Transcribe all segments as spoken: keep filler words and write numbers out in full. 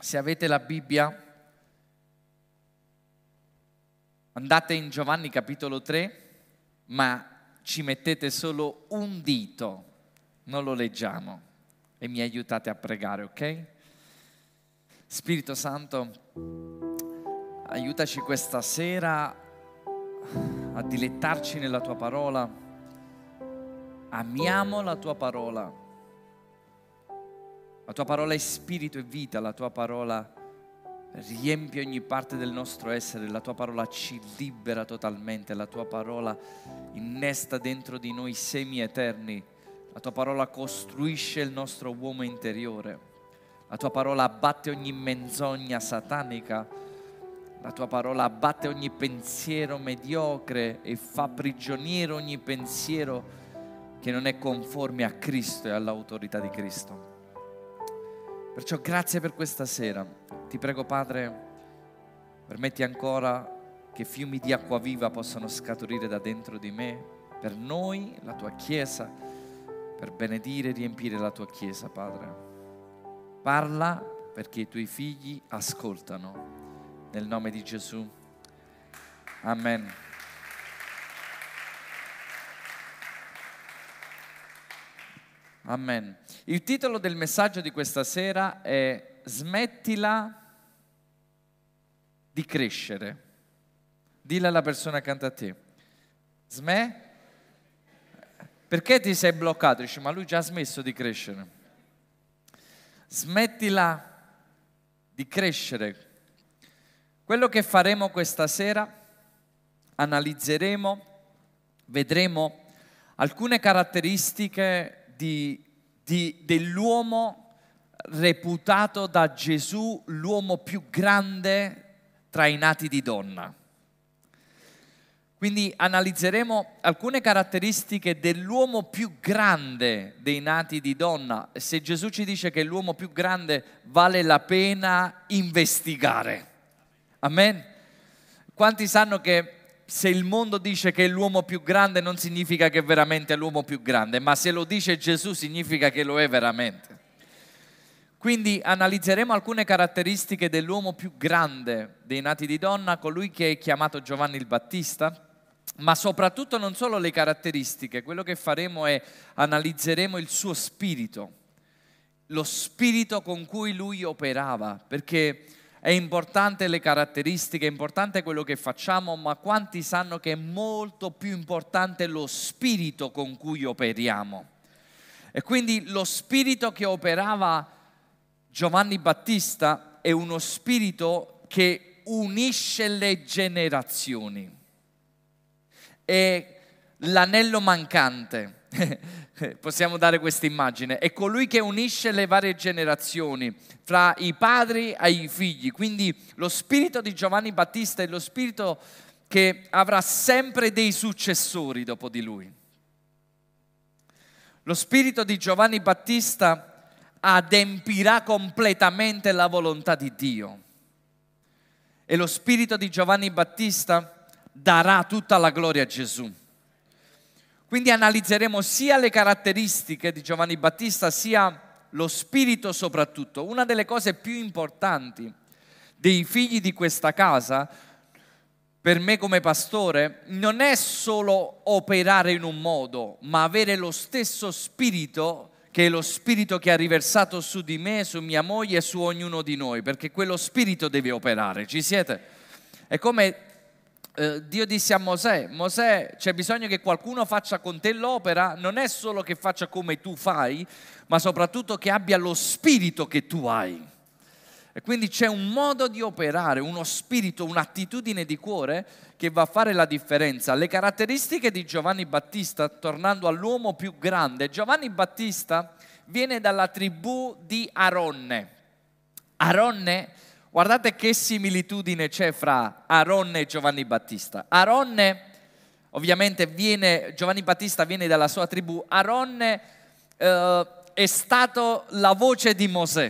Se avete la Bibbia, andate in Giovanni capitolo tre, ma ci mettete solo un dito, non lo leggiamo, e mi aiutate a pregare, ok? Spirito Santo, aiutaci questa sera a dilettarci nella Tua parola. Amiamo la Tua parola. La Tua parola è spirito e vita, la Tua parola riempie ogni parte del nostro essere, la Tua parola ci libera totalmente, la Tua parola innesta dentro di noi semi eterni, la Tua parola costruisce il nostro uomo interiore, la Tua parola abbatte ogni menzogna satanica, la Tua parola abbatte ogni pensiero mediocre e fa prigioniero ogni pensiero che non è conforme a Cristo e all'autorità di Cristo. Perciò grazie per questa sera. Ti prego, Padre, permetti ancora che fiumi di acqua viva possano scaturire da dentro di me, per noi, la Tua Chiesa, per benedire e riempire la Tua Chiesa, Padre. Parla perché i Tuoi figli ascoltano. Nel nome di Gesù. Amen. Amen. Il titolo del messaggio di questa sera è Smettila di crescere. Dilla alla persona accanto a te. Sme? Perché ti sei bloccato? Dici, ma lui già ha smesso di crescere. Smettila di crescere. Quello che faremo questa sera, analizzeremo, vedremo alcune caratteristiche Di, di, dell'uomo reputato da Gesù l'uomo più grande tra i nati di donna. Quindi analizzeremo alcune caratteristiche dell'uomo più grande dei nati di donna. Se Gesù ci dice che è l'uomo più grande, vale la pena investigare. Amen? Quanti sanno che se il mondo dice che è l'uomo più grande non significa che è veramente l'uomo più grande, ma se lo dice Gesù significa che lo è veramente. Quindi analizzeremo alcune caratteristiche dell'uomo più grande dei nati di donna, colui che è chiamato Giovanni il Battista, ma soprattutto non solo le caratteristiche, quello che faremo è analizzeremo il suo spirito, lo spirito con cui lui operava, perché è importante le caratteristiche, è importante quello che facciamo, ma quanti sanno che è molto più importante lo spirito con cui operiamo? E quindi lo spirito che operava Giovanni Battista è uno spirito che unisce le generazioni. È l'anello mancante. Possiamo dare questa immagine, è colui che unisce le varie generazioni fra i padri ai figli, quindi lo spirito di Giovanni Battista è lo spirito che avrà sempre dei successori dopo di lui. Lo spirito di Giovanni Battista adempirà completamente la volontà di Dio e lo spirito di Giovanni Battista darà tutta la gloria a Gesù. Quindi analizzeremo sia le caratteristiche di Giovanni Battista, sia lo spirito soprattutto. Una delle cose più importanti dei figli di questa casa, per me come pastore, non è solo operare in un modo, ma avere lo stesso spirito, che è lo spirito che ha riversato su di me, su mia moglie e su ognuno di noi, perché quello spirito deve operare. Ci siete? È come Uh, Dio disse a Mosè, Mosè, c'è bisogno che qualcuno faccia con te l'opera, non è solo che faccia come tu fai, ma soprattutto che abbia lo spirito che tu hai. E quindi c'è un modo di operare, uno spirito, un'attitudine di cuore che va a fare la differenza. Le caratteristiche di Giovanni Battista, tornando all'uomo più grande, Giovanni Battista viene dalla tribù di Aronne. Aronne, guardate che similitudine c'è fra Aronne e Giovanni Battista. Aronne, ovviamente, viene, Giovanni Battista viene dalla sua tribù. Aronne eh, è stato la voce di Mosè.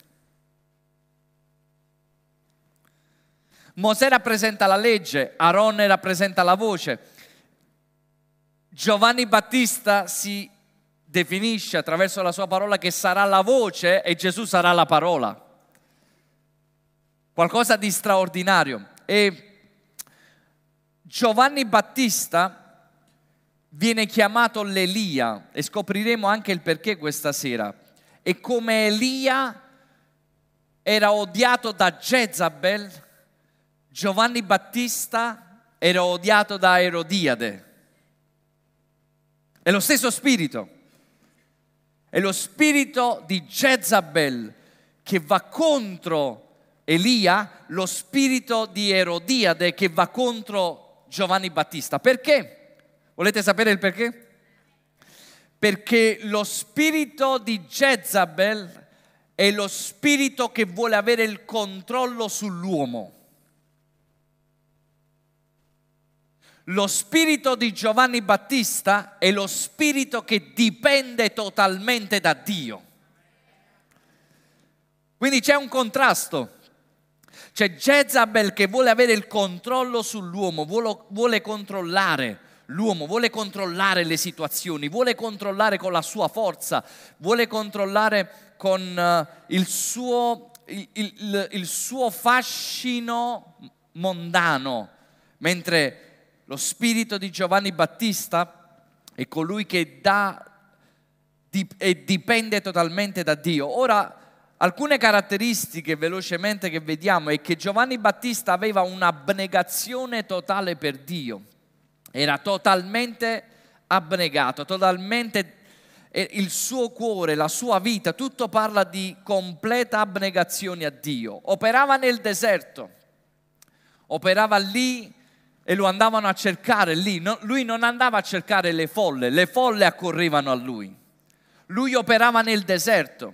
Mosè rappresenta la legge, Aronne rappresenta la voce. Giovanni Battista si definisce attraverso la sua parola che sarà la voce e Gesù sarà la parola. qualcosa di straordinario. E Giovanni Battista viene chiamato l'Elia e scopriremo anche il perché questa sera. E come Elia era odiato da Jezabel, Giovanni Battista era odiato da Erodiade. È lo stesso spirito. È lo spirito di Jezabel che va contro Elia, lo spirito di Erodiade che va contro Giovanni Battista. Perché? Volete sapere il perché? Perché lo spirito di Jezabel è lo spirito che vuole avere il controllo sull'uomo. Lo spirito di Giovanni Battista è lo spirito che dipende totalmente da Dio. Quindi c'è un contrasto. C'è Jezabel che vuole avere il controllo sull'uomo, vuole, vuole controllare l'uomo, vuole controllare le situazioni, vuole controllare con la sua forza, vuole controllare con uh, il, suo, il, il, il suo fascino mondano, mentre lo spirito di Giovanni Battista è colui che dà e dipende totalmente da Dio. Ora, alcune caratteristiche velocemente che vediamo è che Giovanni Battista aveva un'abnegazione totale per Dio. Era totalmente abnegato, totalmente il suo cuore, la sua vita, tutto parla di completa abnegazione a Dio. Operava nel deserto, operava lì e lo andavano a cercare lì. No, lui non andava a cercare le folle, le folle accorrevano a lui. Lui operava nel deserto.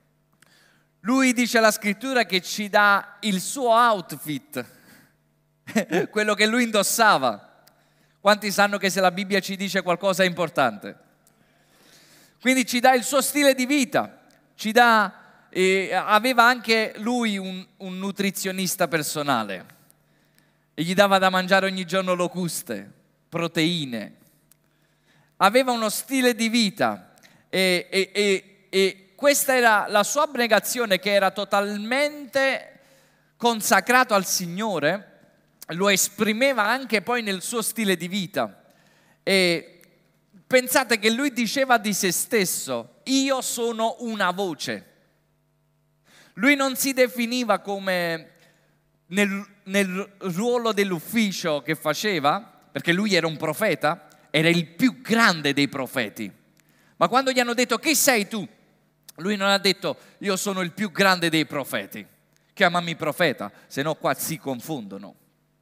Lui dice la scrittura che ci dà il suo outfit, quello che lui indossava. Quanti sanno che se la Bibbia ci dice qualcosa è importante? Quindi ci dà il suo stile di vita, ci dà, eh, aveva anche lui un, un nutrizionista personale e gli dava da mangiare ogni giorno locuste, proteine. Aveva uno stile di vita e, e, e, e questa era la sua abnegazione, che era totalmente consacrato al Signore. Lo esprimeva anche poi nel suo stile di vita. E pensate che lui diceva di se stesso: io sono una voce. Lui non si definiva come nel, nel ruolo dell'ufficio che faceva, perché lui era un profeta, era il più grande dei profeti. Ma quando gli hanno detto: chi sei tu? Lui non ha detto: io sono il più grande dei profeti, chiamami profeta, se no qua si confondono.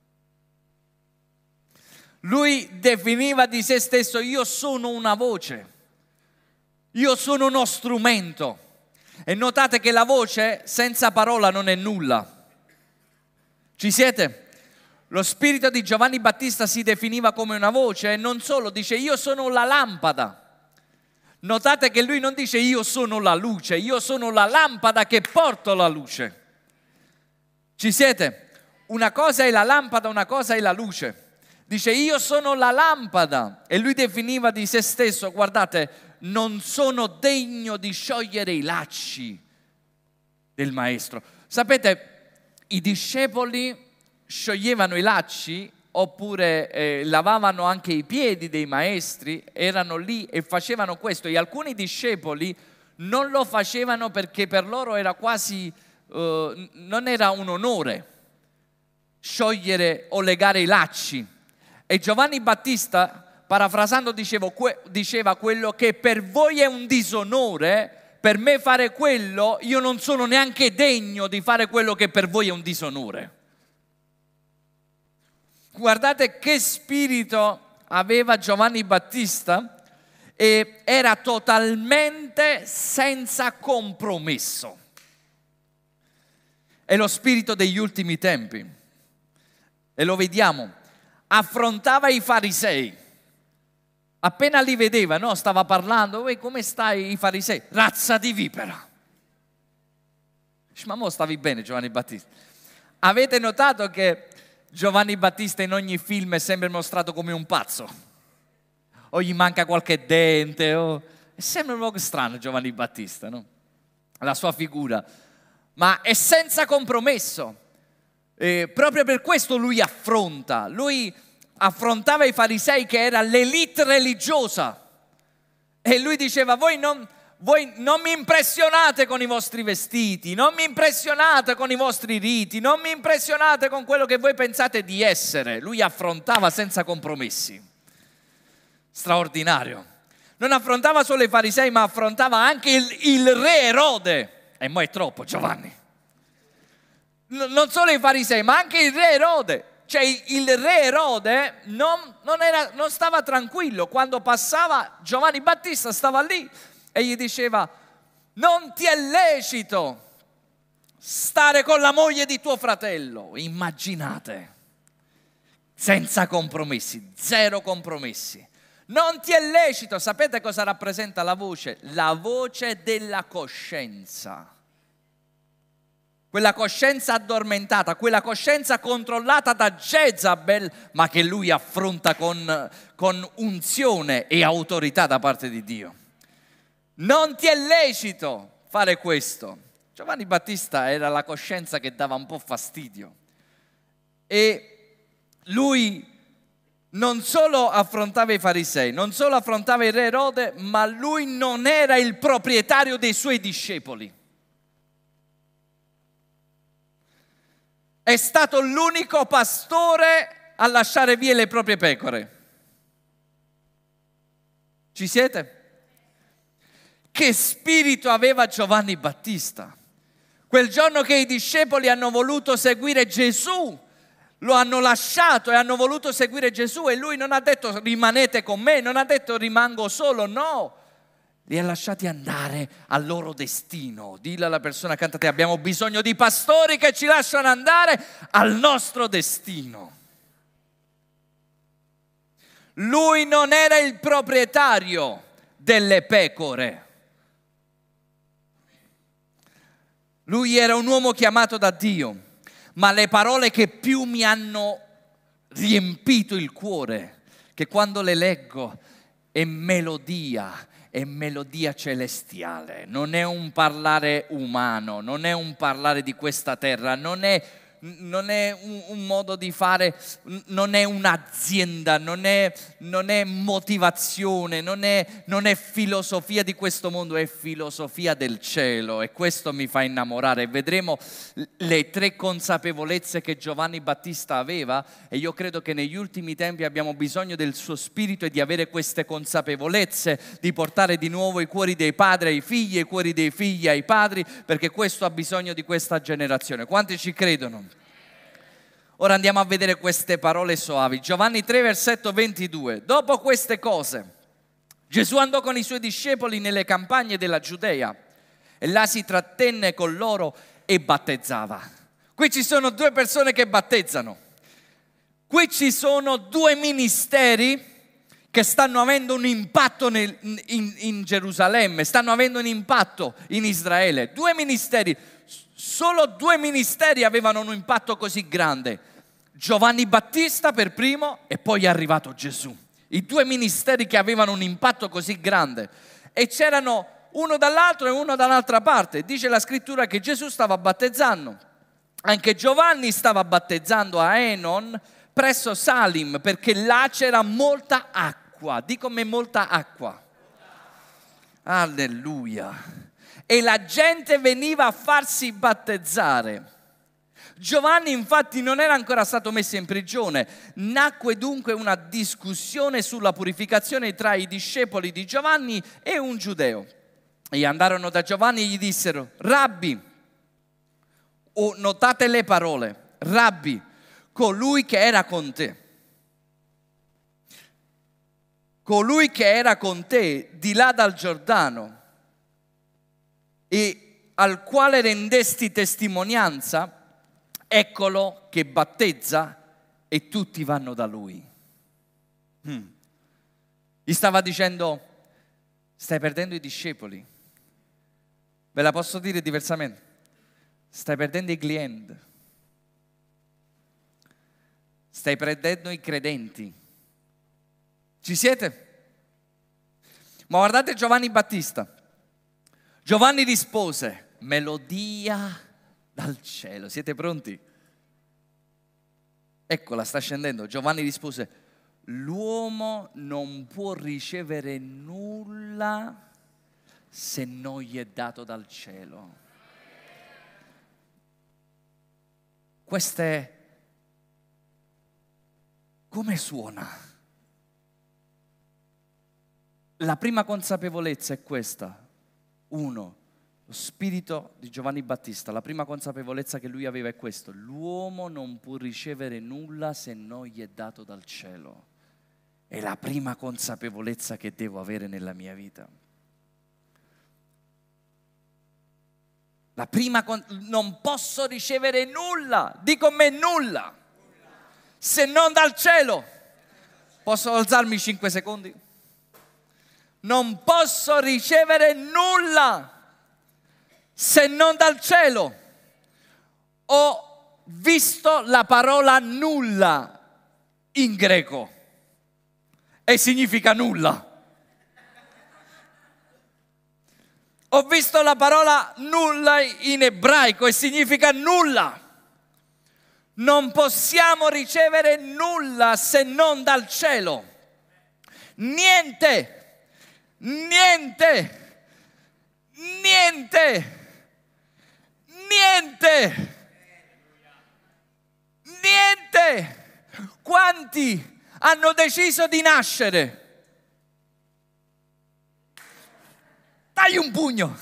Lui definiva di se stesso: io sono una voce, io sono uno strumento. E notate che la voce senza parola non è nulla. Ci siete? Lo spirito di Giovanni Battista si definiva come una voce e non solo, dice: io sono la lampada. Notate che lui non dice: io sono la luce, io sono la lampada che porto la luce. Ci siete? Una cosa è la lampada, una cosa è la luce. Dice: io sono la lampada. E lui definiva di se stesso: guardate, non sono degno di sciogliere i lacci del maestro. Sapete, i discepoli scioglievano i lacci oppure eh, lavavano anche i piedi dei maestri, erano lì e facevano questo. E alcuni discepoli non lo facevano perché per loro era quasi, eh, non era un onore sciogliere o legare i lacci. E Giovanni Battista, parafrasando, dicevo, que, diceva quello che per voi è un disonore, per me fare quello, io non sono neanche degno di fare quello che per voi è un disonore. Guardate che spirito aveva Giovanni Battista, e era totalmente senza compromesso. È lo spirito degli ultimi tempi e lo vediamo. Affrontava i farisei, appena li vedeva, no? Stava parlando: "Uè, come stai i farisei? Razza di vipera." Ma mo stavi bene, Giovanni Battista? Avete notato che Giovanni Battista in ogni film è sempre mostrato come un pazzo? O gli manca qualche dente, o... è sempre un po' strano Giovanni Battista, no? La sua figura, ma è senza compromesso. eh, proprio per questo lui affronta, lui affrontava i farisei che era l'elite religiosa e lui diceva voi non, voi non mi impressionate con i vostri vestiti, non mi impressionate con i vostri riti, non mi impressionate con quello che voi pensate di essere. Lui affrontava senza compromessi, straordinario. Non affrontava solo i farisei ma affrontava anche il, il re Erode, e mo' è troppo Giovanni, N- non solo i farisei ma anche il re Erode. Cioè il re Erode non, non, era, non stava tranquillo, quando passava Giovanni Battista stava lì e gli diceva non ti è lecito stare con la moglie di tuo fratello. Immaginate, senza compromessi, zero compromessi. Non ti è lecito. Sapete cosa rappresenta la voce? La voce della coscienza. Quella coscienza addormentata, quella coscienza controllata da Jezabel, ma che lui affronta con, con unzione e autorità da parte di Dio. Non ti è lecito fare questo. Giovanni Battista era la coscienza che dava un po' fastidio. E lui non solo affrontava i farisei, non solo affrontava il re Erode, ma lui non era il proprietario dei suoi discepoli. È stato l'unico pastore a lasciare via le proprie pecore. Ci siete? Che spirito aveva Giovanni Battista? Quel giorno che i discepoli hanno voluto seguire Gesù, lo hanno lasciato e hanno voluto seguire Gesù e lui non ha detto rimanete con me, non ha detto rimango solo, no. Li ha lasciati andare al loro destino. Dillo alla persona accanto a te, abbiamo bisogno di pastori che ci lasciano andare al nostro destino. Lui non era il proprietario delle pecore. Lui era un uomo chiamato da Dio, ma le parole che più mi hanno riempito il cuore, che quando le leggo è melodia, è melodia celestiale, non è un parlare umano, non è un parlare di questa terra, non è, non è un, un modo di fare, non è un'azienda, non è, non è motivazione, non è, non è filosofia di questo mondo, è filosofia del cielo e questo mi fa innamorare. Vedremo le tre consapevolezze che Giovanni Battista aveva e io credo che negli ultimi tempi abbiamo bisogno del suo spirito e di avere queste consapevolezze, di portare di nuovo i cuori dei padri ai figli e i cuori dei figli ai padri, perché questo ha bisogno di questa generazione. Quanti ci credono? Ora andiamo a vedere queste parole soavi. Giovanni tre, versetto ventidue. Dopo queste cose, Gesù andò con i suoi discepoli nelle campagne della Giudea e là si trattenne con loro e battezzava. Qui ci sono due persone che battezzano. Qui ci sono due ministeri che stanno avendo un impatto nel, in, in Gerusalemme, stanno avendo un impatto in Israele. Due ministeri, solo due ministeri avevano un impatto così grande. Giovanni Battista per primo e poi è arrivato Gesù. I due ministeri che avevano un impatto così grande. E c'erano uno dall'altro e uno dall'altra parte. Dice la scrittura che Gesù stava battezzando. Anche Giovanni stava battezzando a Enon presso Salim, perché là c'era molta acqua. Dico me molta acqua. Alleluia. E la gente veniva a farsi battezzare. Giovanni infatti non era ancora stato messo in prigione. Nacque dunque una discussione sulla purificazione tra i discepoli di Giovanni e un giudeo. E andarono da Giovanni e gli dissero: Rabbi, oh, notate le parole, Rabbi, colui che era con te, colui che era con te di là dal Giordano e al quale rendesti testimonianza, eccolo che battezza e tutti vanno da lui. Hmm. Gli stava dicendo: stai perdendo i discepoli. Ve la posso dire diversamente? Stai perdendo i clienti. Stai perdendo i credenti. Ci siete? Ma guardate Giovanni Battista. Giovanni rispose: melodia dal cielo. Siete pronti? Eccola, sta scendendo. Giovanni rispose: l'uomo non può ricevere nulla se non gli è dato dal cielo. Questa è... come suona? La prima consapevolezza è questa. Uno, lo spirito di Giovanni Battista, la prima consapevolezza che lui aveva è questo: l'uomo non può ricevere nulla se non gli è dato dal cielo. È la prima consapevolezza che devo avere nella mia vita. La prima con... non posso ricevere nulla, di con me nulla, se non dal cielo. Posso alzarmi cinque secondi? Non posso ricevere nulla se non dal cielo. Ho visto la parola nulla in greco e significa nulla. Ho visto la parola nulla in ebraico e significa nulla. Non possiamo ricevere nulla se non dal cielo. Niente, niente, niente, niente, niente. Quanti hanno deciso di nascere? Dai un pugno.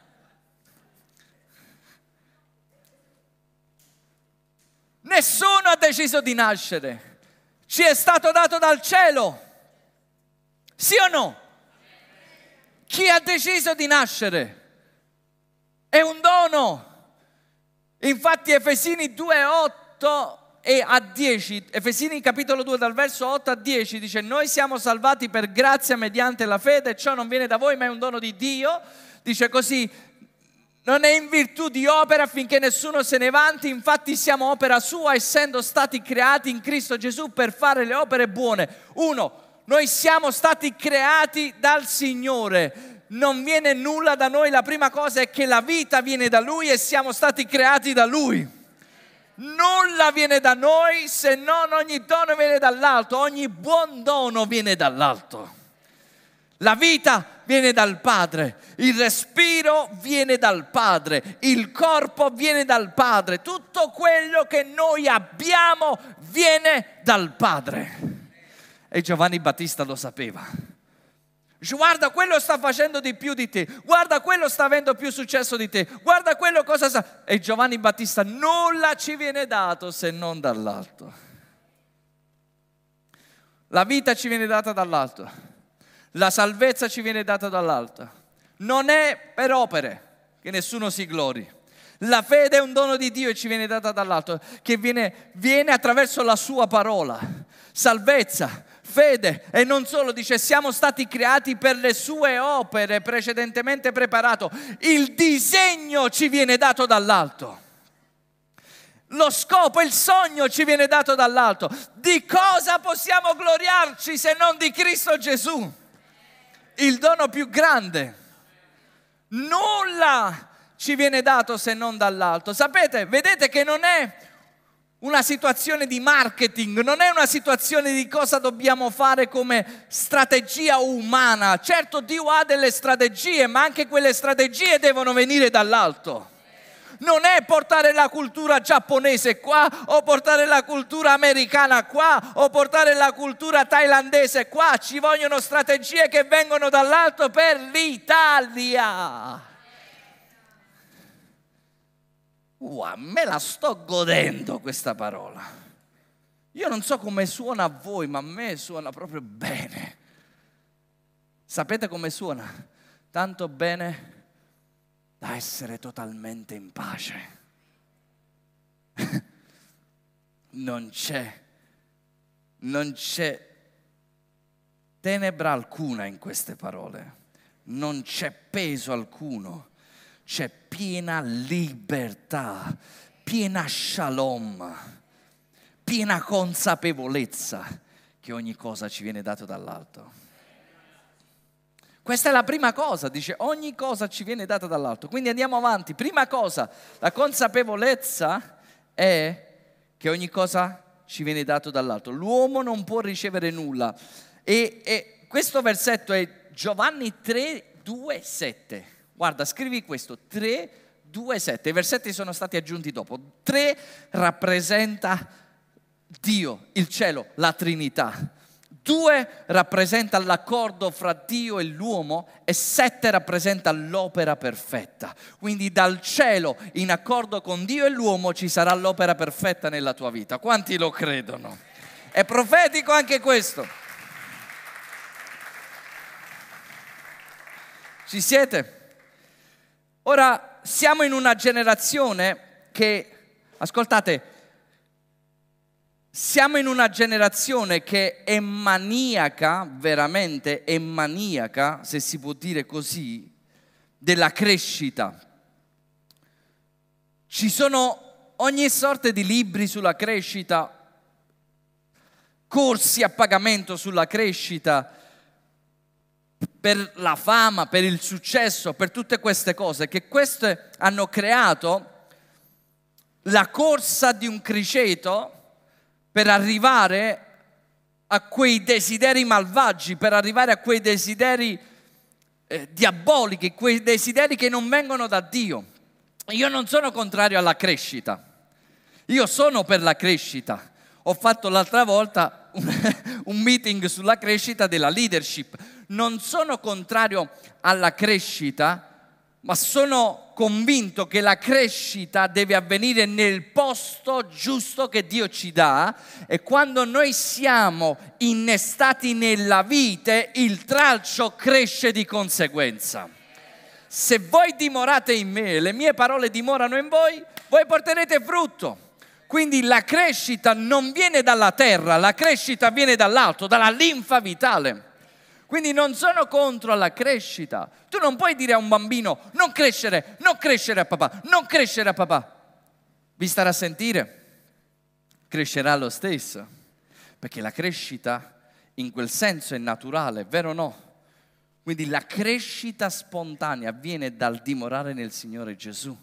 Nessuno ha deciso di nascere. Ci è stato dato dal cielo. Sì o no? Chi ha deciso di nascere? È un dono. Infatti Efesini due, otto e a dieci, Efesini capitolo due dal verso otto a dieci dice: noi siamo salvati per grazia mediante la fede, ciò non viene da voi ma è un dono di Dio. Dice così: non è in virtù di opera affinché nessuno se ne vanti, infatti siamo opera sua, essendo stati creati in Cristo Gesù per fare le opere buone. Uno, noi siamo stati creati dal Signore, non viene nulla da noi, la prima cosa è che la vita viene da Lui e siamo stati creati da Lui. Nulla viene da noi se non ogni dono viene dall'alto, ogni buon dono viene dall'alto. La vita viene dal Padre, il respiro viene dal Padre, il corpo viene dal Padre, tutto quello che noi abbiamo viene dal Padre. E Giovanni Battista lo sapeva. Guarda, quello sta facendo di più di te, guarda, quello sta avendo più successo di te, guarda quello cosa sa. E Giovanni Battista: nulla ci viene dato se non dall'alto. La vita ci viene data dall'alto, la salvezza ci viene data dall'alto. Non è per opere, che nessuno si glori. La fede è un dono di Dio e ci viene data dall'alto, che viene, viene attraverso la sua parola. Salvezza, fede, e non solo, dice siamo stati creati per le sue opere precedentemente preparato. Il disegno ci viene dato dall'alto. Lo scopo, il sogno ci viene dato dall'alto. Di cosa possiamo gloriarci se non di Cristo Gesù? Il dono più grande. Nulla ci viene dato se non dall'alto. Sapete, vedete che non è una situazione di marketing, non è una situazione di cosa dobbiamo fare come strategia umana. Certo, Dio ha delle strategie, ma anche quelle strategie devono venire dall'alto. Non è portare la cultura giapponese qua, o portare la cultura americana qua, o portare la cultura thailandese qua. Ci vogliono strategie che vengono dall'alto per l'Italia. Wow, me la sto godendo questa parola. Io non so come suona a voi, ma a me suona proprio bene. Sapete come suona? Tanto bene da essere totalmente in pace. Non c'è, non c'è tenebra alcuna in queste parole, non c'è peso alcuno, c'è piena libertà, piena shalom, piena consapevolezza che ogni cosa ci viene dato dall'alto. Questa è la prima cosa, dice ogni cosa ci viene data dall'alto. Quindi andiamo avanti. Prima cosa, la consapevolezza è che ogni cosa ci viene dato dall'alto. L'uomo non può ricevere nulla. E, e questo versetto è Giovanni tre, due, sette. Guarda, scrivi questo, tre, due, sette. I versetti sono stati aggiunti dopo. tre rappresenta Dio, il cielo, la Trinità. due rappresenta l'accordo fra Dio e l'uomo e sette rappresenta l'opera perfetta. Quindi dal cielo, in accordo con Dio e l'uomo, ci sarà l'opera perfetta nella tua vita. Quanti lo credono? È profetico anche questo. Ci siete? Ora, siamo in una generazione che, ascoltate, siamo in una generazione che è maniaca, veramente è maniaca, se si può dire così, della crescita. Ci sono ogni sorta di libri sulla crescita, corsi a pagamento sulla crescita, per la fama, per il successo, per tutte queste cose, che queste hanno creato la corsa di un criceto per arrivare a quei desideri malvagi, per arrivare a quei desideri eh, diabolici, quei desideri che non vengono da Dio. Io non sono contrario alla crescita, io sono per la crescita. Ho fatto l'altra volta un, un meeting sulla crescita della leadership. Non sono contrario alla crescita, ma sono convinto che la crescita deve avvenire nel posto giusto che Dio ci dà, e quando noi siamo innestati nella vite, il tralcio cresce di conseguenza. Se voi dimorate in me, le mie parole dimorano in voi, voi porterete frutto. Quindi la crescita non viene dalla terra, la crescita viene dall'alto, dalla linfa vitale. Quindi non sono contro la crescita. Tu non puoi dire a un bambino non crescere, non crescere a papà, non crescere a papà. Vi starà a sentire? Crescerà lo stesso. Perché la crescita in quel senso è naturale, vero o no? Quindi la crescita spontanea avviene dal dimorare nel Signore Gesù.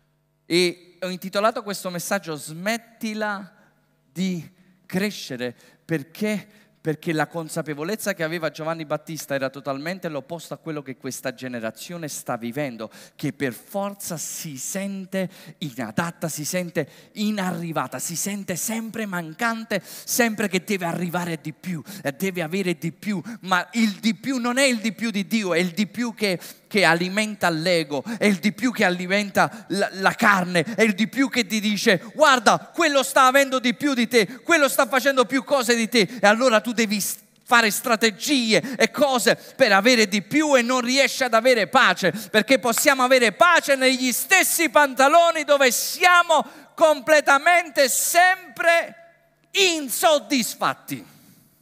E ho intitolato questo messaggio Smettila di crescere, perché Perché la consapevolezza che aveva Giovanni Battista era totalmente l'opposto a quello che questa generazione sta vivendo, che per forza si sente inadatta, si sente inarrivata, si sente sempre mancante, sempre che deve arrivare di più, deve avere di più, ma il di più non è il di più di Dio, è il di più che, che alimenta l'ego, è il di più che alimenta la, la carne, è il di più che ti dice guarda, quello sta avendo di più di te, quello sta facendo più cose di te, e allora tu devi fare strategie e cose per avere di più e non riesci ad avere pace, perché possiamo avere pace negli stessi pantaloni dove siamo completamente sempre insoddisfatti.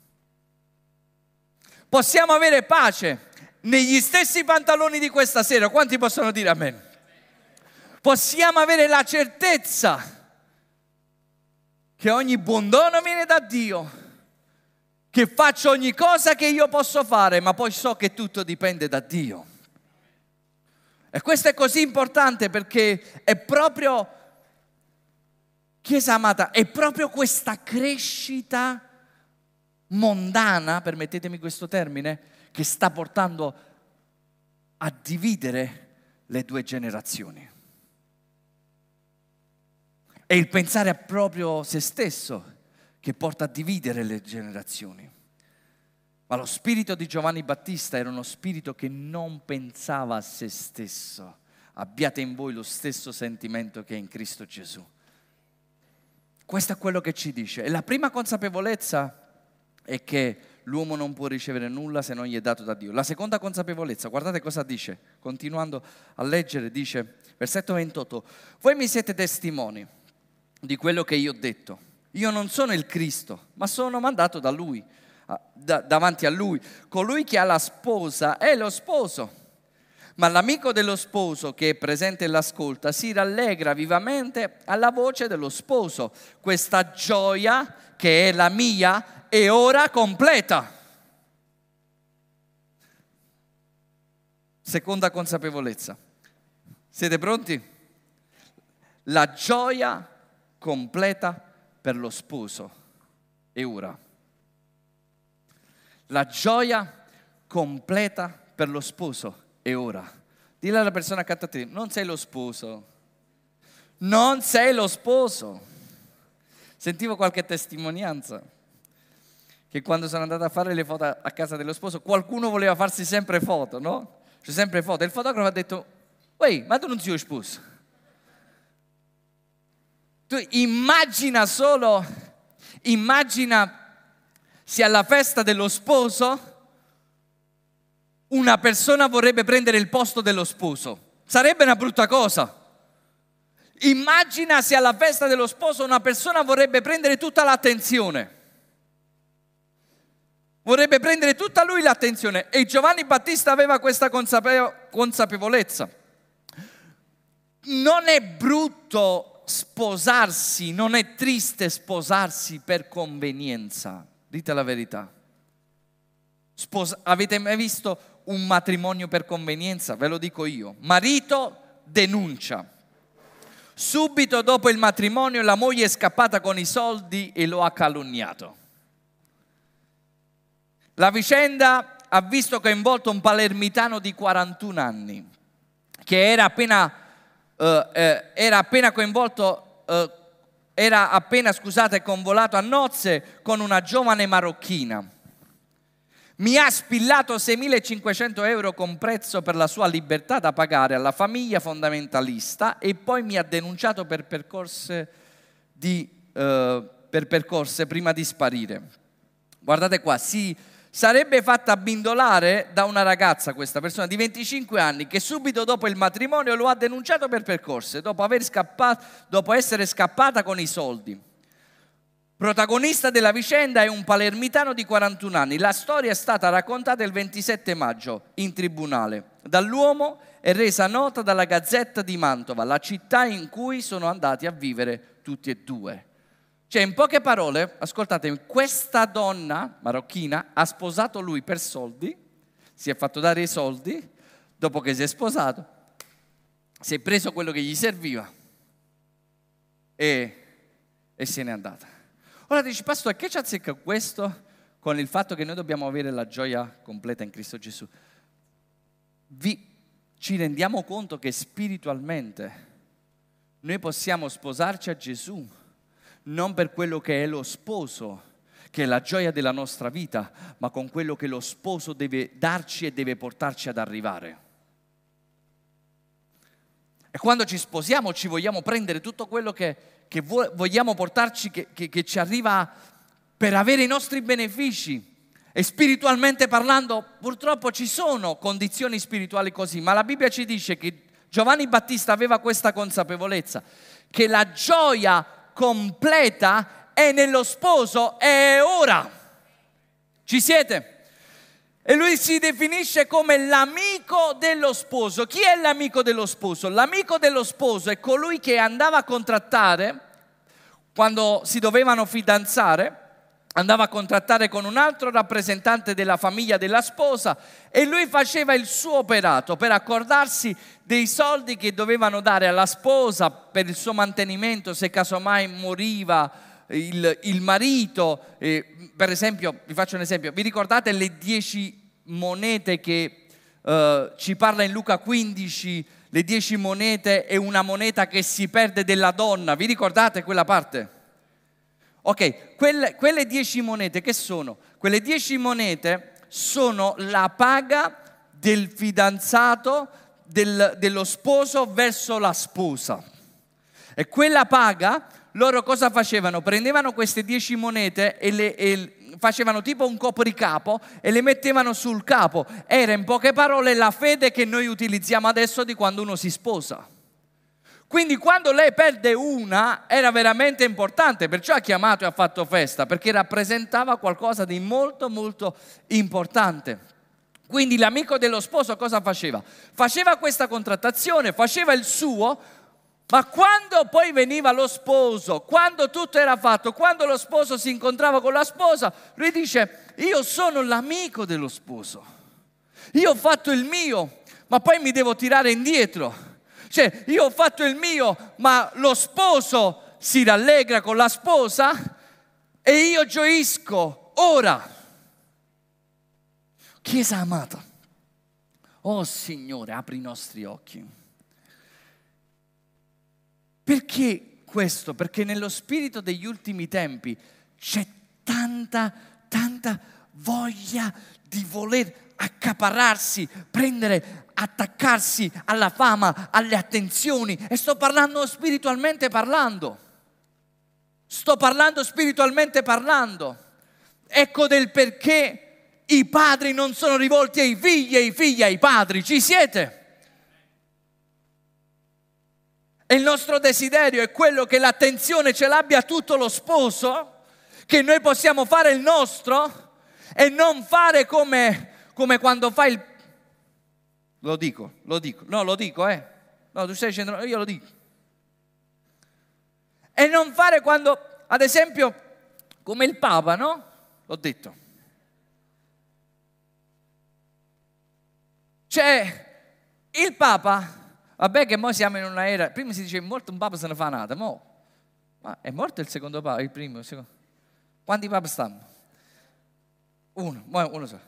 Possiamo avere pace negli stessi pantaloni di questa sera. Quanti possono dire amen? Possiamo avere la certezza che ogni buon dono viene da Dio, che faccio ogni cosa che io posso fare, ma poi so che tutto dipende da Dio. E questo è così importante, perché è proprio, Chiesa amata, è proprio questa crescita mondana, permettetemi questo termine, che sta portando a dividere le due generazioni. È il pensare a proprio se stesso che porta a dividere le generazioni. Ma lo spirito di Giovanni Battista era uno spirito che non pensava a se stesso. Abbiate in voi lo stesso sentimento che è in Cristo Gesù. Questo è quello che ci dice. E la prima consapevolezza è che l'uomo non può ricevere nulla se non gli è dato da Dio. La seconda consapevolezza, guardate cosa dice, continuando a leggere, dice, versetto ventotto, voi mi siete testimoni di quello che io ho detto. Io non sono il Cristo, ma sono mandato da Lui, da, davanti a Lui. Colui che ha la sposa è lo sposo, ma l'amico dello sposo che è presente e l'ascolta si rallegra vivamente alla voce dello sposo. Questa gioia che è la mia è ora completa. Seconda consapevolezza. Siete pronti? La gioia completa per lo sposo. è ora. La gioia completa per lo sposo è ora. Dille alla persona accanto a te, non sei lo sposo. Non sei lo sposo. Sentivo qualche testimonianza che quando sono andato a fare le foto a casa dello sposo, qualcuno voleva farsi sempre foto, no? Cioè sempre foto. E il fotografo ha detto, uè, ma tu non sei lo sposo. Tu immagina solo, immagina se alla festa dello sposo una persona vorrebbe prendere il posto dello sposo. Sarebbe una brutta cosa. Immagina se alla festa dello sposo una persona vorrebbe prendere tutta l'attenzione. Vorrebbe prendere tutta lui l'attenzione. E Giovanni Battista aveva questa consapevolezza. Non è brutto sposarsi, non è triste sposarsi per convenienza. Dite la verità. Sposa- avete mai visto un matrimonio per convenienza? Ve lo dico io. Marito denuncia. Subito dopo il matrimonio la moglie è scappata con i soldi e lo ha calunniato. La vicenda ha visto coinvolto un palermitano di quarantuno anni che era appena, eh, eh, era appena coinvolto, eh, era appena, scusate, convolato a nozze con una giovane marocchina. Mi ha spillato seimilacinquecento euro con prezzo per la sua libertà da pagare alla famiglia fondamentalista e poi mi ha denunciato per percorse, di, eh, per percorse prima di sparire. Guardate qua, si sarebbe fatta abbindolare da una ragazza, questa persona di venticinque anni, che subito dopo il matrimonio lo ha denunciato per percorse, dopo, aver scappato, dopo essere scappata con i soldi. Protagonista della vicenda è un palermitano di quarantuno anni. La storia è stata raccontata il ventisette maggio in tribunale dall'uomo e resa nota dalla Gazzetta di Mantova, la città in cui sono andati a vivere tutti e due. Cioè, in poche parole, ascoltatemi, questa donna marocchina ha sposato lui per soldi, si è fatto dare i soldi, dopo che si è sposato, si è preso quello che gli serviva e, e se n'è andata. Ora dici, pastore, che ci azzecca questo con il fatto che noi dobbiamo avere la gioia completa in Cristo Gesù? Vi, ci rendiamo conto che spiritualmente noi possiamo sposarci a Gesù non per quello che è lo sposo, che è la gioia della nostra vita, ma con quello che lo sposo deve darci e deve portarci ad arrivare. E quando ci sposiamo ci vogliamo prendere tutto quello che, che vogliamo portarci, che, che, che ci arriva per avere i nostri benefici. E spiritualmente parlando, purtroppo ci sono condizioni spirituali così, ma la Bibbia ci dice che Giovanni Battista aveva questa consapevolezza, che la gioia completa è nello sposo, è ora. Ci siete? E lui si definisce come l'amico dello sposo. Chi è l'amico dello sposo? L'amico dello sposo è colui che andava a contrattare, quando si dovevano fidanzare, andava a contrattare con un altro rappresentante della famiglia della sposa e lui faceva il suo operato per accordarsi dei soldi che dovevano dare alla sposa per il suo mantenimento se casomai moriva il, il marito. Eh, per esempio, vi faccio un esempio, vi ricordate le dieci monete che eh, ci parla in Luca quindici, le dieci monete e una moneta che si perde della donna, vi ricordate quella parte? Ok, quelle, quelle dieci monete che sono? Quelle dieci monete sono la paga del fidanzato, del, dello sposo verso la sposa. E quella paga, loro cosa facevano? Prendevano queste dieci monete e le e facevano tipo un copricapo e le mettevano sul capo. Era in poche parole la fede che noi utilizziamo adesso di quando uno si sposa. Quindi quando lei perde una era veramente importante, perciò ha chiamato e ha fatto festa, perché rappresentava qualcosa di molto molto importante. Quindi l'amico dello sposo cosa faceva? Faceva questa contrattazione, faceva il suo, ma quando poi veniva lo sposo, quando tutto era fatto, quando lo sposo si incontrava con la sposa, lui dice: io sono l'amico dello sposo, io ho fatto il mio, ma poi mi devo tirare indietro. Cioè, io ho fatto il mio, ma lo sposo si rallegra con la sposa, E io gioisco ora. Chiesa amata, oh Signore, apri i nostri occhi. Perché questo? Perché nello spirito degli ultimi tempi c'è tanta, tanta voglia di voler accaparrarsi, prendere, attaccarsi alla fama, alle attenzioni. E sto parlando spiritualmente parlando. Sto parlando spiritualmente parlando. Ecco del perché i padri non sono rivolti ai figli e i figli ai padri. Ci siete? E il nostro desiderio è quello che l'attenzione ce l'abbia tutto lo sposo, che noi possiamo fare il nostro e non fare come, come quando fai il... Lo dico, lo dico, no lo dico eh. No, tu stai dicendo, io lo dico. E non fare quando, ad esempio, come il Papa, no? L'ho detto. Cioè, il Papa, vabbè che mo siamo in una era, prima si diceva morto un Papa se ne fa nata, mo, ma è morto il secondo Papa, il primo, il secondo. Quanti Papa stanno? Uno, uno solo.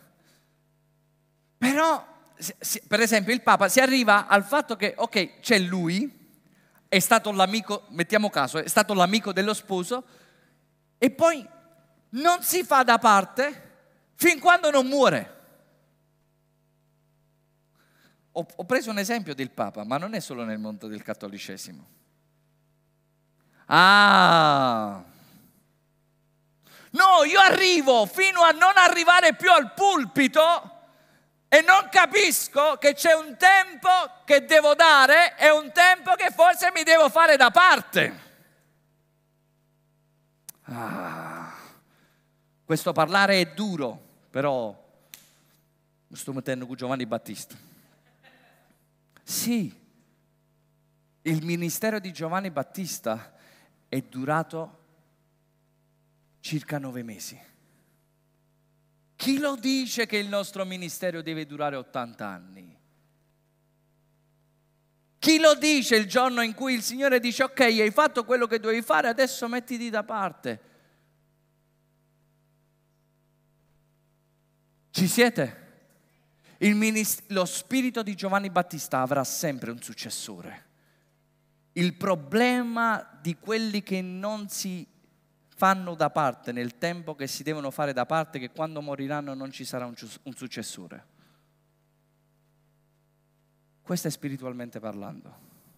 Però, per esempio, il Papa si arriva al fatto che, ok, c'è lui, è stato l'amico, mettiamo caso, è stato l'amico dello sposo, e poi non si fa da parte fin quando non muore. Ho, ho preso un esempio del Papa, ma non è solo nel mondo del cattolicesimo. Ah! No, io arrivo fino a non arrivare più al pulpito e non capisco che c'è un tempo che devo dare e un tempo che forse mi devo fare da parte. Ah! Questo parlare è duro, però mi sto mettendo con Giovanni Battista. Sì, il ministero di Giovanni Battista è durato circa nove mesi. Chi lo dice che il nostro ministero deve durare ottanta anni? Chi lo dice il giorno in cui il Signore dice ok, hai fatto quello che dovevi fare, adesso mettiti da parte? Ci siete? Il minist- lo spirito di Giovanni Battista avrà sempre un successore. Il problema di quelli che non si fanno da parte nel tempo che si devono fare da parte è che quando moriranno non ci sarà un, un successore. Questo è spiritualmente parlando.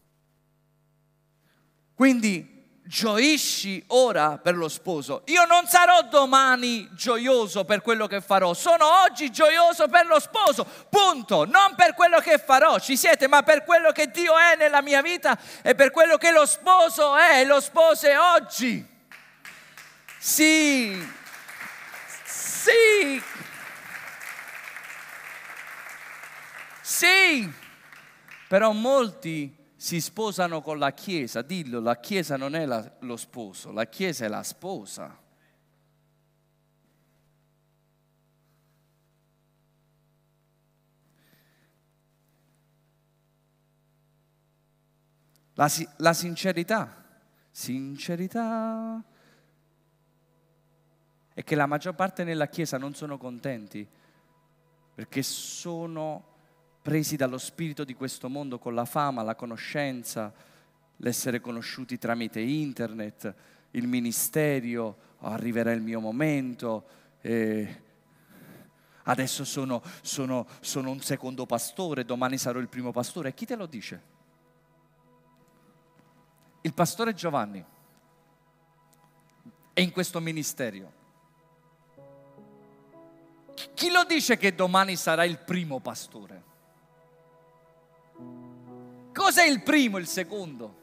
Quindi gioisci ora per lo sposo. Io non sarò domani gioioso per quello che farò, sono oggi gioioso per lo sposo, punto. Non per quello che farò, ci siete, ma per quello che Dio è nella mia vita e per quello che lo sposo è. Lo sposo è oggi. Sì, sì, sì, però molti si sposano con la Chiesa. Dillo, la Chiesa non è la, lo sposo, la Chiesa è la sposa. La, la sincerità, sincerità, è che la maggior parte nella Chiesa non sono contenti perché sono presi dallo spirito di questo mondo con la fama, la conoscenza, l'essere conosciuti tramite internet, il ministero, oh, arriverà il mio momento, eh, adesso sono, sono, sono un secondo pastore, domani sarò il primo pastore. E chi te lo dice? Il pastore Giovanni è in questo ministero. Chi lo dice che domani sarà il primo pastore? Cos'è il primo, il secondo?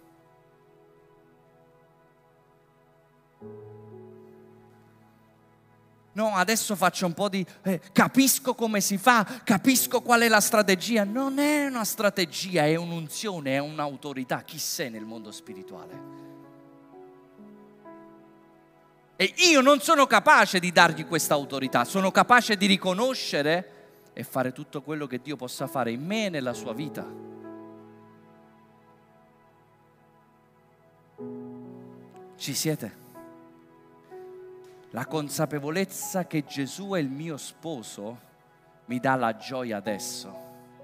No, adesso faccio un po' di... Eh, capisco come si fa, capisco qual è la strategia. Non è una strategia, è un'unzione, è un'autorità. Chi sei nel mondo spirituale? E io non sono capace di dargli questa autorità, sono capace di riconoscere e fare tutto quello che Dio possa fare in me e nella sua vita. Ci siete? La consapevolezza che Gesù è il mio sposo mi dà la gioia adesso.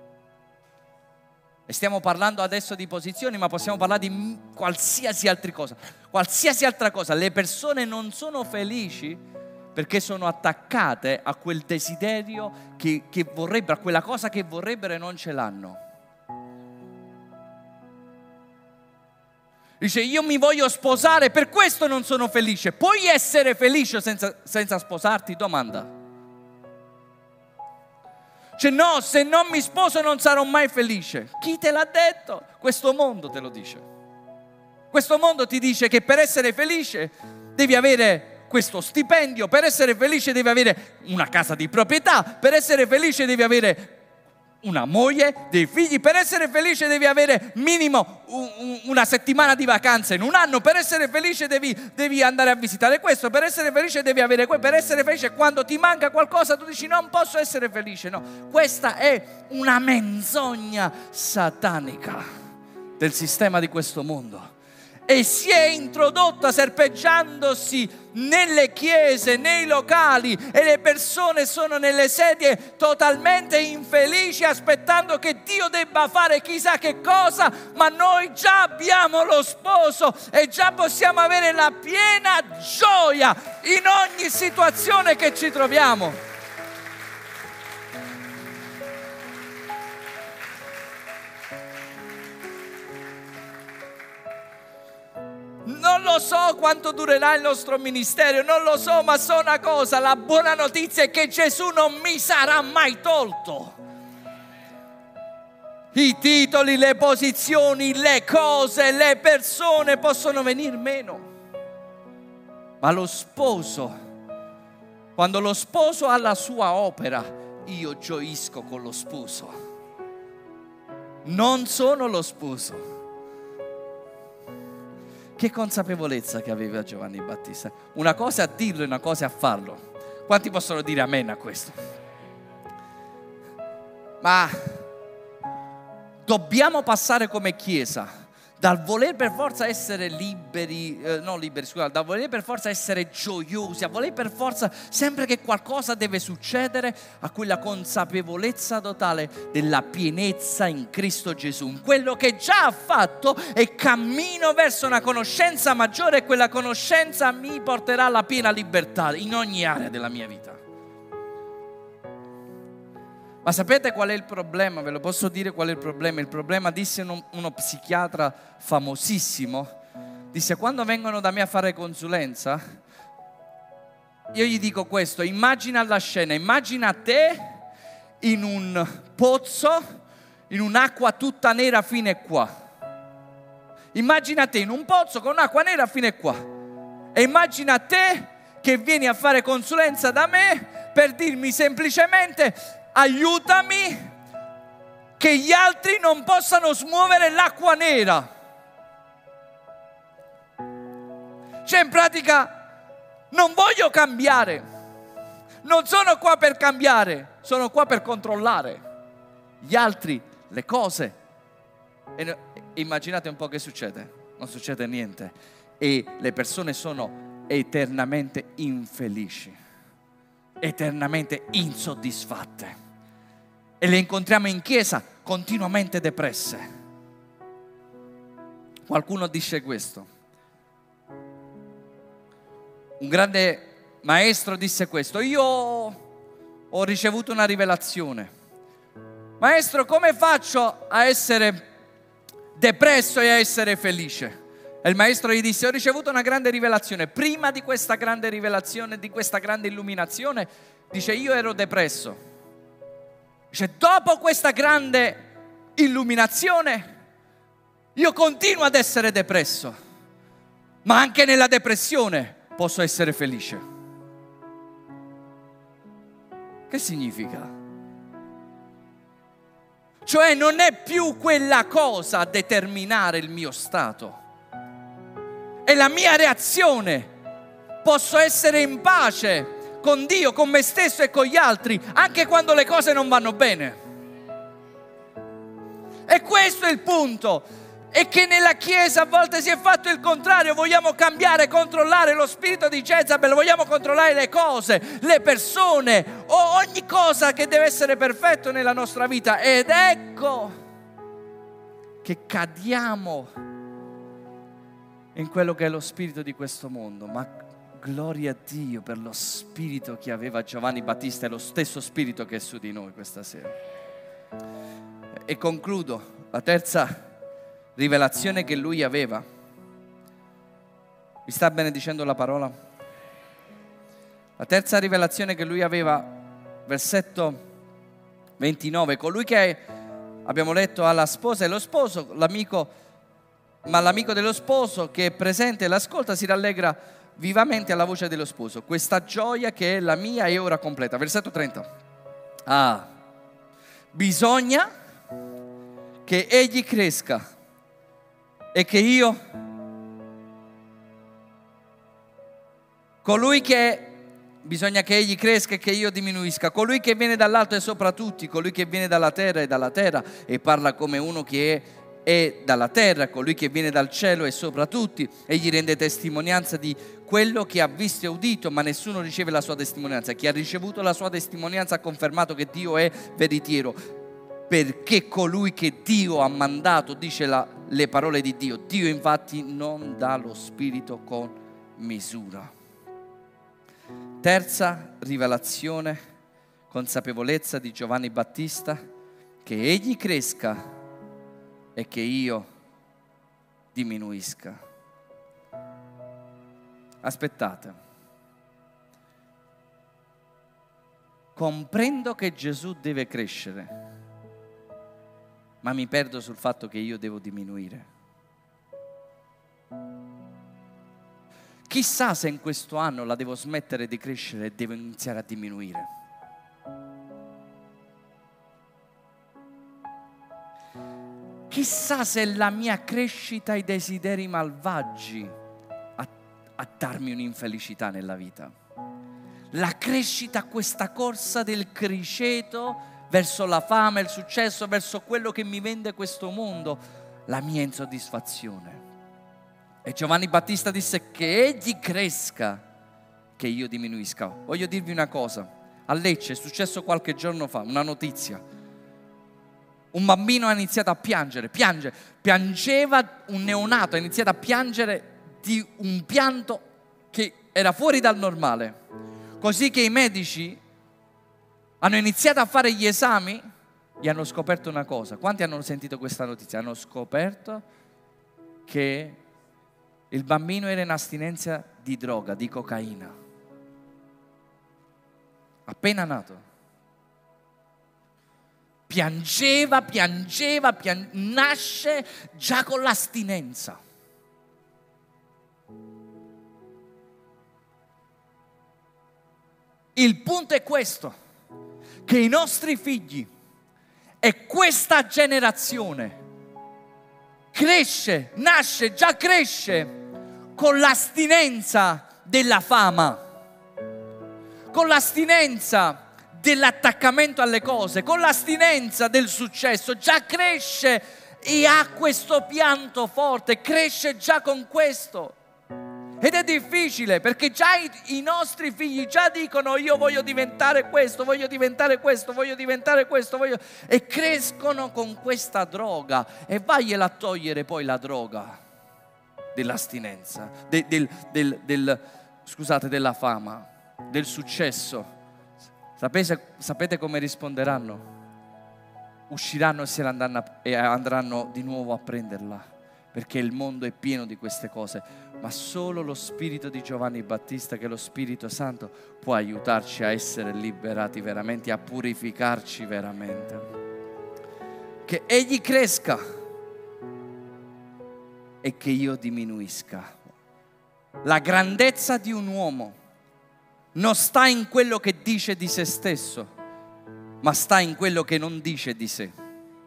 E stiamo parlando adesso di posizioni, ma possiamo parlare di qualsiasi altra cosa. Qualsiasi altra cosa. Le persone non sono felici perché sono attaccate a quel desiderio che, che vorrebbero, a quella cosa che vorrebbero e non ce l'hanno. Dice, io mi voglio sposare, per questo non sono felice. Puoi essere felice senza, senza sposarti? Domanda. Cioè no, se non mi sposo non sarò mai felice. Chi te l'ha detto? Questo mondo te lo dice. Questo mondo ti dice che per essere felice devi avere questo stipendio, per essere felice devi avere una casa di proprietà, per essere felice devi avere una moglie, dei figli, per essere felice devi avere minimo una settimana di vacanze in un anno, per essere felice devi, devi andare a visitare questo, per essere felice devi avere quello, per essere felice quando ti manca qualcosa tu dici non posso essere felice. No, questa è una menzogna satanica del sistema di questo mondo. E si è introdotta serpeggiandosi nelle chiese, nei locali, e le persone sono nelle sedie totalmente infelici aspettando che Dio debba fare chissà che cosa, ma noi già abbiamo lo sposo e già possiamo avere la piena gioia in ogni situazione che ci troviamo. Non lo so quanto durerà il nostro ministero, non lo so, ma so una cosa, la buona notizia è che Gesù non mi sarà mai tolto. I titoli, le posizioni, le cose, le persone possono venir meno, ma lo sposo, quando lo sposo ha la sua opera, io gioisco con lo sposo. Non sono lo sposo. Che consapevolezza che aveva Giovanni Battista. Una cosa è a dirlo e una cosa è a farlo. Quanti possono dire amen a questo? Ma dobbiamo passare come Chiesa dal voler per forza essere liberi, eh, non liberi, scusate, dal voler per forza essere gioiosi, a voler per forza sempre che qualcosa deve succedere, a quella consapevolezza totale della pienezza in Cristo Gesù, in quello che già ha fatto, e cammino verso una conoscenza maggiore, e quella conoscenza mi porterà alla piena libertà in ogni area della mia vita. Ma sapete qual è il problema? Ve lo posso dire qual è il problema? Il problema, disse uno, uno psichiatra famosissimo, disse: quando vengono da me a fare consulenza, io gli dico questo: immagina la scena, immagina te in un pozzo, in un'acqua tutta nera fino a qua. Immagina te in un pozzo con acqua nera fino a qua. E immagina te che vieni a fare consulenza da me per dirmi semplicemente: aiutami che gli altri non possano smuovere l'acqua nera. Cioè, in pratica, non voglio cambiare, non sono qua per cambiare, sono qua per controllare gli altri, le cose. E immaginate un po' che succede. Non succede niente, e le persone sono eternamente infelici, eternamente insoddisfatte, e le incontriamo in chiesa continuamente depresse. Qualcuno dice questo, un grande maestro disse questo: io ho ricevuto una rivelazione, maestro, come faccio a essere depresso e a essere felice? E il maestro gli disse: ho ricevuto una grande rivelazione. Prima di questa grande rivelazione, di questa grande illuminazione, dice, io ero depresso. Dice, dopo questa grande illuminazione io continuo ad essere depresso, ma anche nella depressione posso essere felice. Che significa? Cioè, non è più quella cosa a determinare il mio stato, è la mia reazione. Posso essere in pace con Dio, con me stesso e con gli altri, anche quando le cose non vanno bene. E questo è il punto. E che nella Chiesa a volte si è fatto il contrario, vogliamo cambiare, controllare lo spirito di Jezabel, vogliamo controllare le cose, le persone, o ogni cosa che deve essere perfetto nella nostra vita. Ed ecco che cadiamo in quello che è lo spirito di questo mondo. Ma gloria a Dio per lo spirito che aveva Giovanni Battista, è lo stesso spirito che è su di noi questa sera. E concludo, la terza rivelazione che lui aveva. Vi sta benedicendo la parola? La terza rivelazione che lui aveva, versetto ventinove, colui che abbiamo letto alla sposa e lo sposo, l'amico, ma l'amico dello sposo che è presente e l'ascolta si rallegra vivamente alla voce dello sposo. Questa gioia che è la mia è ora completa. Versetto trenta. Ah, bisogna che egli cresca e che io, colui che, bisogna che egli cresca e che io diminuisca, colui che viene dall'alto è sopra tutti, colui che viene dalla terra è dalla terra e parla come uno che è, è dalla terra, colui che viene dal cielo è sopra tutti, egli rende testimonianza di quello che ha visto e udito, ma nessuno riceve la sua testimonianza. Chi ha ricevuto la sua testimonianza ha confermato che Dio è veritiero, perché colui che Dio ha mandato dice la, le parole di Dio. Dio infatti non dà lo spirito con misura. Terza rivelazione, consapevolezza di Giovanni Battista, che egli cresca e che io diminuisca. Aspettate, comprendo che Gesù deve crescere, ma mi perdo sul fatto che io devo diminuire. Chissà se in questo anno la devo smettere di crescere e devo iniziare a diminuire. Chissà se la mia crescita ai desideri malvagi a, a darmi un'infelicità nella vita. La crescita, questa corsa del criceto verso la fama, il successo, verso quello che mi vende questo mondo, la mia insoddisfazione. E Giovanni Battista disse che egli cresca, che io diminuisca. Voglio dirvi una cosa, a Lecce è successo qualche giorno fa, una notizia. Un bambino ha iniziato a piangere, piange, piangeva un neonato, ha iniziato a piangere di un pianto che era fuori dal normale. Così che i medici hanno iniziato a fare gli esami e hanno scoperto una cosa. Quanti hanno sentito questa notizia? Hanno scoperto che il bambino era in astinenza di droga, di cocaina. Appena nato. Piangeva, piangeva, pian... nasce già con l'astinenza. Il punto è questo, che i nostri figli e questa generazione cresce, nasce, già cresce con l'astinenza della fama, con l'astinenza dell'attaccamento alle cose, con l'astinenza del successo, già cresce e ha questo pianto forte, cresce già con questo. Ed è difficile perché già i, i nostri figli già dicono io voglio diventare questo, voglio diventare questo, voglio diventare questo, voglio... e crescono con questa droga e vagliela a togliere poi la droga dell'astinenza, del, del, del, del, scusate, della fama, del successo. Sapete, sapete come risponderanno? Usciranno e, se ne andranno, e andranno di nuovo a prenderla. Perché il mondo è pieno di queste cose, ma solo lo spirito di Giovanni Battista, che è lo Spirito Santo, può aiutarci a essere liberati veramente, a purificarci veramente. Che egli cresca e che io diminuisca. La grandezza di un uomo non sta in quello che dice di se stesso, ma sta in quello che non dice di sé.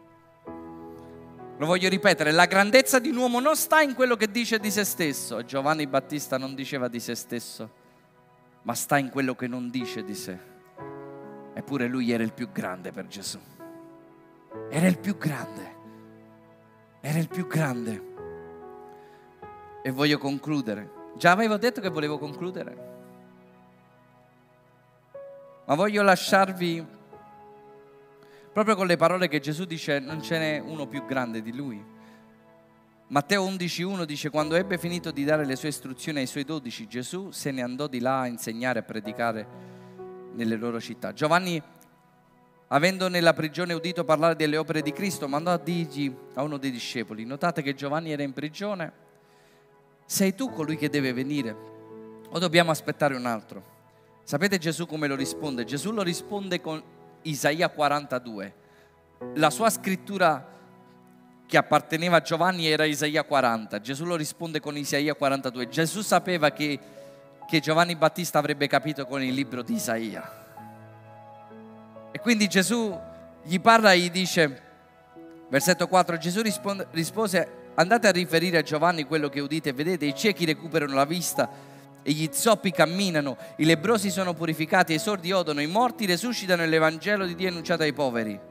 Lo voglio ripetere, la grandezza di un uomo non sta in quello che dice di se stesso. Giovanni Battista non diceva di se stesso, ma sta in quello che non dice di sé. Eppure lui era il più grande per Gesù. Era il più grande. Era il più grande. E voglio concludere. Già avevo detto che volevo concludere. Ma voglio lasciarvi proprio con le parole che Gesù dice: non ce n'è uno più grande di Lui. Matteo undici uno dice: quando ebbe finito di dare le sue istruzioni ai suoi dodici, Gesù se ne andò di là a insegnare e a predicare nelle loro città. Giovanni, avendo nella prigione udito parlare delle opere di Cristo, mandò a dirgli a uno dei discepoli: notate che Giovanni era in prigione, sei tu colui che deve venire o dobbiamo aspettare un altro? Sapete Gesù come lo risponde? Gesù lo risponde con Isaia quarantadue. La sua scrittura che apparteneva a Giovanni era Isaia quaranta. Gesù lo risponde con Isaia quarantadue. Gesù sapeva che, che Giovanni Battista avrebbe capito con il libro di Isaia. E quindi Gesù gli parla e gli dice, versetto quattro, Gesù risponde, rispose: andate a riferire a Giovanni quello che udite e vedete, i ciechi recuperano la vista e gli zoppi camminano, i lebbrosi sono purificati, i sordi odono, i morti resuscitano e l'Evangelo di Dio è annunciato ai poveri.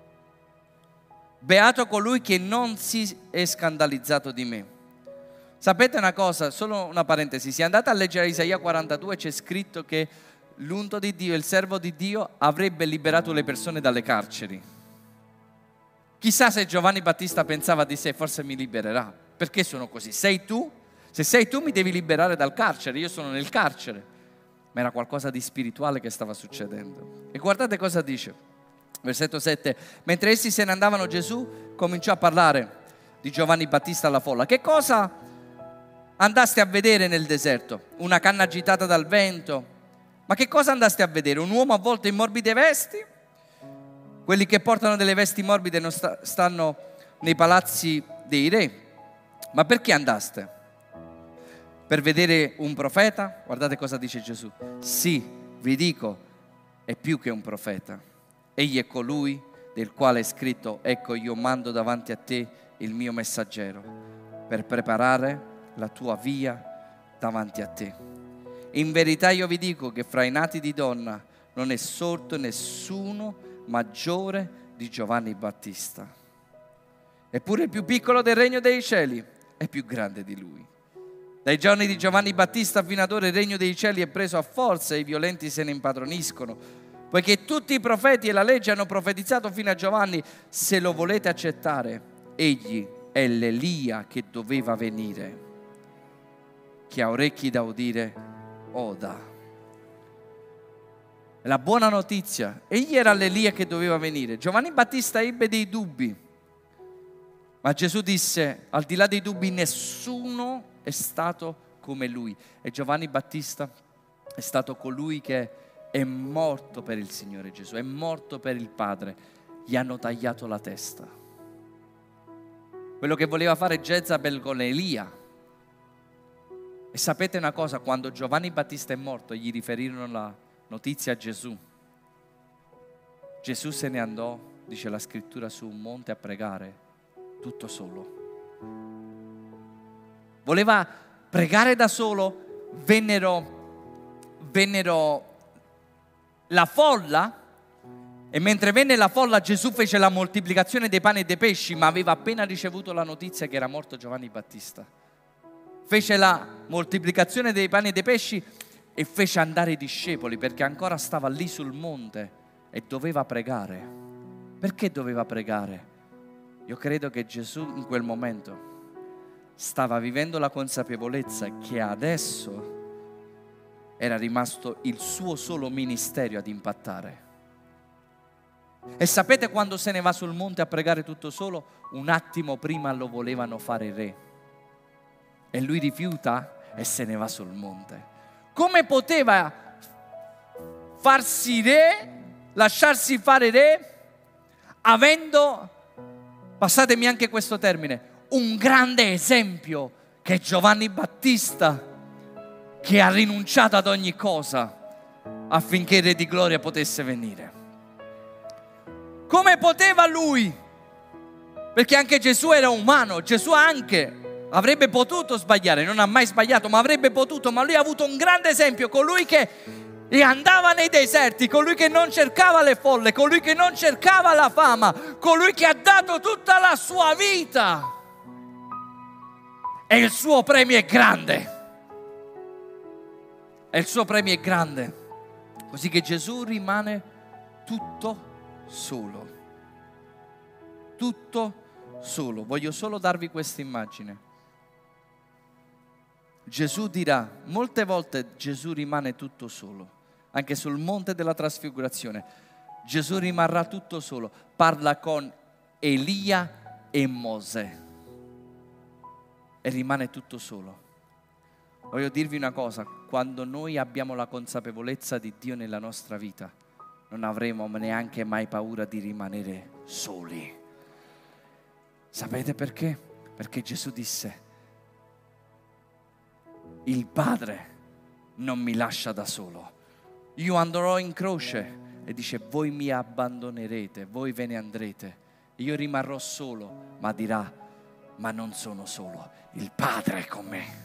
Beato colui che non si è scandalizzato di me. Sapete una cosa, solo una parentesi, se andate a leggere Isaia quarantadue c'è scritto che l'unto di Dio, il servo di Dio, avrebbe liberato le persone dalle carceri. Chissà se Giovanni Battista pensava di sé, forse mi libererà. Perché sono così? Sei tu? Se sei tu mi devi liberare dal carcere, io sono nel carcere. Ma era qualcosa di spirituale che stava succedendo. E guardate cosa dice, versetto sette. Mentre essi se ne andavano, Gesù cominciò a parlare di Giovanni Battista alla folla. Che cosa andaste a vedere nel deserto? Una canna agitata dal vento? Ma che cosa andaste a vedere? Un uomo avvolto in morbide vesti? Quelli che portano delle vesti morbide non sta, stanno nei palazzi dei re. Ma perché andaste? Per vedere un profeta? Guardate cosa dice Gesù. Sì, vi dico, è più che un profeta. Egli è colui del quale è scritto: ecco, io mando davanti a te il mio messaggero per preparare la tua via davanti a te. In verità io vi dico che fra i nati di donna non è sorto nessuno maggiore di Giovanni Battista. Eppure il più piccolo del regno dei cieli è più grande di lui. Dai giorni di Giovanni Battista fino ad ora il regno dei cieli è preso a forza e i violenti se ne impadroniscono. Poiché tutti i profeti e la legge hanno profetizzato fino a Giovanni, se lo volete accettare, egli è l'Elia che doveva venire. Chi ha orecchi da udire, oda. La buona notizia, egli era l'Elia che doveva venire. Giovanni Battista ebbe dei dubbi, ma Gesù disse: al di là dei dubbi nessuno è stato come lui. E Giovanni Battista è stato colui che è morto per il Signore Gesù, è morto per il Padre. Gli hanno tagliato la testa. Quello che voleva fare Jezabel con Elia. E sapete una cosa, quando Giovanni Battista è morto gli riferirono la notizia a Gesù. Gesù se ne andò, dice la scrittura, su un monte a pregare, tutto solo. Voleva pregare da solo, vennero, vennero la folla, e mentre venne la folla Gesù fece la moltiplicazione dei pani e dei pesci, ma aveva appena ricevuto la notizia che era morto Giovanni Battista. Fece la moltiplicazione dei pani e dei pesci e fece andare i discepoli, perché ancora stava lì sul monte e doveva pregare. Perché doveva pregare? Io credo che Gesù in quel momento stava vivendo la consapevolezza che adesso era rimasto il suo solo ministero ad impattare. E sapete quando se ne va sul monte a pregare tutto solo? Un attimo prima lo volevano fare re. E lui rifiuta e se ne va sul monte. Come poteva farsi re, lasciarsi fare re, avendo, passatemi anche questo termine, un grande esempio che è Giovanni Battista, che ha rinunciato ad ogni cosa affinché il Re di Gloria potesse venire? Come poteva lui? Perché anche Gesù era umano, Gesù anche avrebbe potuto sbagliare, non ha mai sbagliato, ma avrebbe potuto, ma lui ha avuto un grande esempio, colui che andava nei deserti, colui che non cercava le folle, colui che non cercava la fama, colui che ha dato tutta la sua vita e il suo premio è grande. E il suo premio è grande. Così che Gesù rimane tutto solo. Tutto solo. Voglio solo darvi questa immagine. Gesù dirà, molte volte Gesù rimane tutto solo. Anche sul monte della trasfigurazione. Gesù rimarrà tutto solo. Parla con Elia e Mosè. E rimane tutto solo. Voglio dirvi una cosa, quando noi abbiamo la consapevolezza di Dio nella nostra vita, non avremo neanche mai paura di rimanere soli. Sapete perché? Perché Gesù disse, il Padre non mi lascia da solo. Io andrò in croce e dice, voi mi abbandonerete, voi ve ne andrete. Io rimarrò solo, ma dirà, ma non sono solo, il Padre è con me.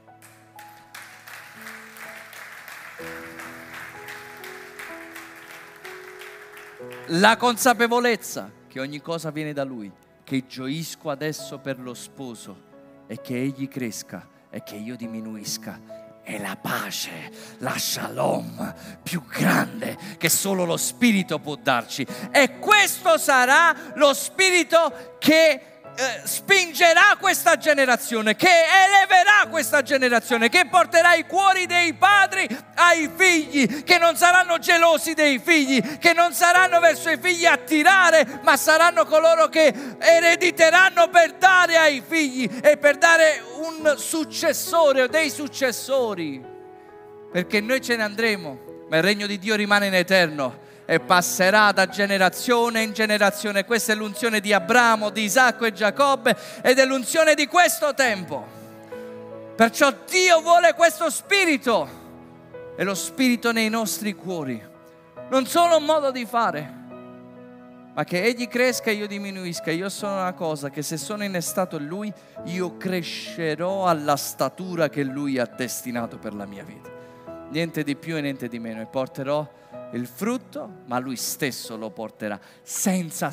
La consapevolezza che ogni cosa viene da Lui, che gioisco adesso per lo sposo e che Egli cresca e che io diminuisca, è la pace, la shalom più grande che solo lo Spirito può darci. E questo sarà lo Spirito che Eh, spingerà questa generazione, che eleverà questa generazione, che porterà i cuori dei padri ai figli, che non saranno gelosi dei figli, che non saranno verso i figli a tirare, ma saranno coloro che erediteranno per dare ai figli e per dare un successore o dei successori, perché noi ce ne andremo, ma il regno di Dio rimane in eterno e passerà da generazione in generazione. Questa è l'unzione di Abramo, di Isacco e Giacobbe ed è l'unzione di questo tempo. Perciò Dio vuole questo spirito e lo spirito nei nostri cuori. Non solo un modo di fare, ma che Egli cresca e io diminuisca. Io sono una cosa, che se sono innestato in Lui, io crescerò alla statura che Lui ha destinato per la mia vita. Niente di più e niente di meno. E porterò il frutto, ma Lui stesso lo porterà senza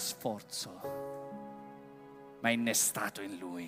sforzo, ma innestato in Lui.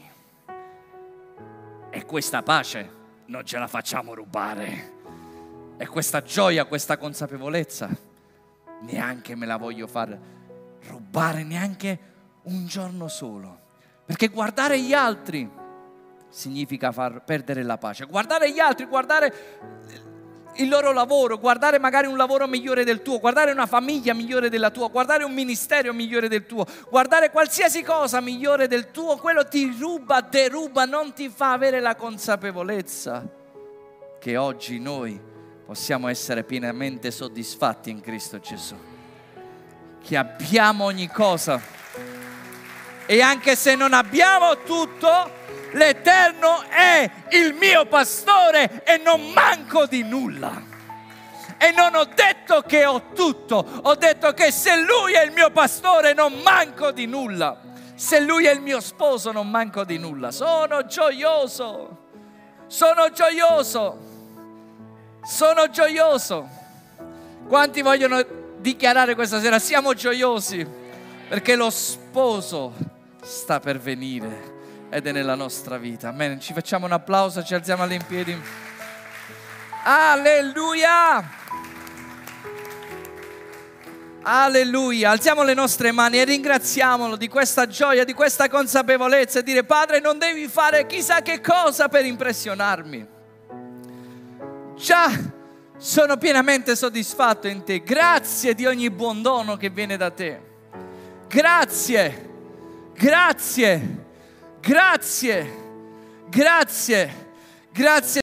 E questa pace non ce la facciamo rubare. E questa gioia, questa consapevolezza, neanche me la voglio far rubare neanche un giorno solo. Perché guardare gli altri significa far perdere la pace. Guardare gli altri, guardare il loro lavoro, guardare magari un lavoro migliore del tuo, guardare una famiglia migliore della tua, guardare un ministero migliore del tuo, guardare qualsiasi cosa migliore del tuo, quello ti ruba, deruba, non ti fa avere la consapevolezza che oggi noi possiamo essere pienamente soddisfatti in Cristo Gesù, che abbiamo ogni cosa e anche se non abbiamo tutto, l'Eterno è il mio pastore e non manco di nulla. E non ho detto che ho tutto, ho detto che se Lui è il mio pastore non manco di nulla. Se Lui è il mio sposo non manco di nulla. Sono gioioso, sono gioioso, sono gioioso. Quanti vogliono dichiarare questa sera? Siamo gioiosi perché lo sposo sta per venire ed è nella nostra vita. Amen. Ci facciamo un applauso, ci alziamo in piedi. Alleluia! Alleluia! Alziamo le nostre mani e ringraziamolo di questa gioia, di questa consapevolezza e dire: Padre, non devi fare chissà che cosa per impressionarmi. Già sono pienamente soddisfatto in te. Grazie di ogni buon dono che viene da te. Grazie, grazie. Grazie, grazie, grazie